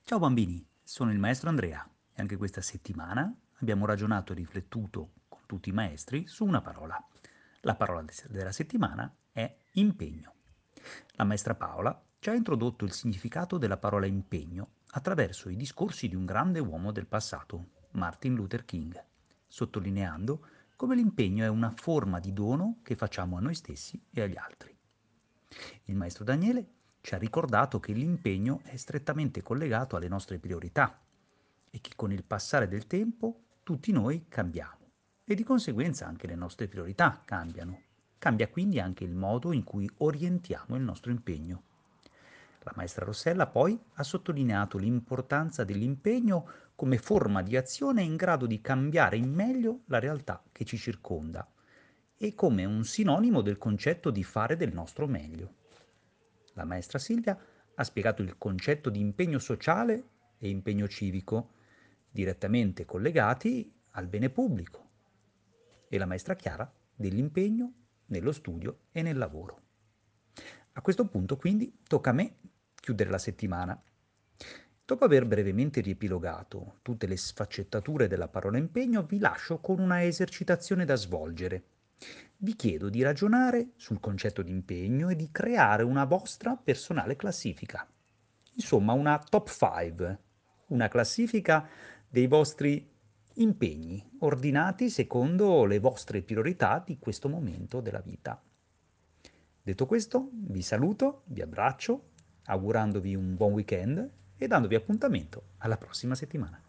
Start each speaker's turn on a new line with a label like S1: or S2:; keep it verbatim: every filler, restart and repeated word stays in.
S1: Ciao bambini, sono il maestro Andrea e anche questa settimana abbiamo ragionato e riflettuto con tutti i maestri su una parola. La parola de- della settimana è impegno. La maestra Paola ci ha introdotto il significato della parola impegno attraverso i discorsi di un grande uomo del passato, Martin Luther King, sottolineando come l'impegno è una forma di dono che facciamo a noi stessi e agli altri. Il maestro Daniele ci ha ricordato che l'impegno è strettamente collegato alle nostre priorità e che con il passare del tempo tutti noi cambiamo e di conseguenza anche le nostre priorità cambiano. Cambia quindi anche il modo in cui orientiamo il nostro impegno. La maestra Rossella poi ha sottolineato l'importanza dell'impegno come forma di azione in grado di cambiare in meglio la realtà che ci circonda e come un sinonimo del concetto di fare del nostro meglio. La maestra Silvia ha spiegato il concetto di impegno sociale e impegno civico, direttamente collegati al bene pubblico, e la maestra Chiara dell'impegno nello studio e nel lavoro. A questo punto quindi tocca a me chiudere la settimana. Dopo aver brevemente riepilogato tutte le sfaccettature della parola impegno, vi lascio con una esercitazione da svolgere. Vi chiedo di ragionare sul concetto di impegno e di creare una vostra personale classifica. Insomma, una top cinque, una classifica dei vostri impegni, ordinati secondo le vostre priorità di questo momento della vita. Detto questo, vi saluto, vi abbraccio, augurandovi un buon weekend e dandovi appuntamento alla prossima settimana.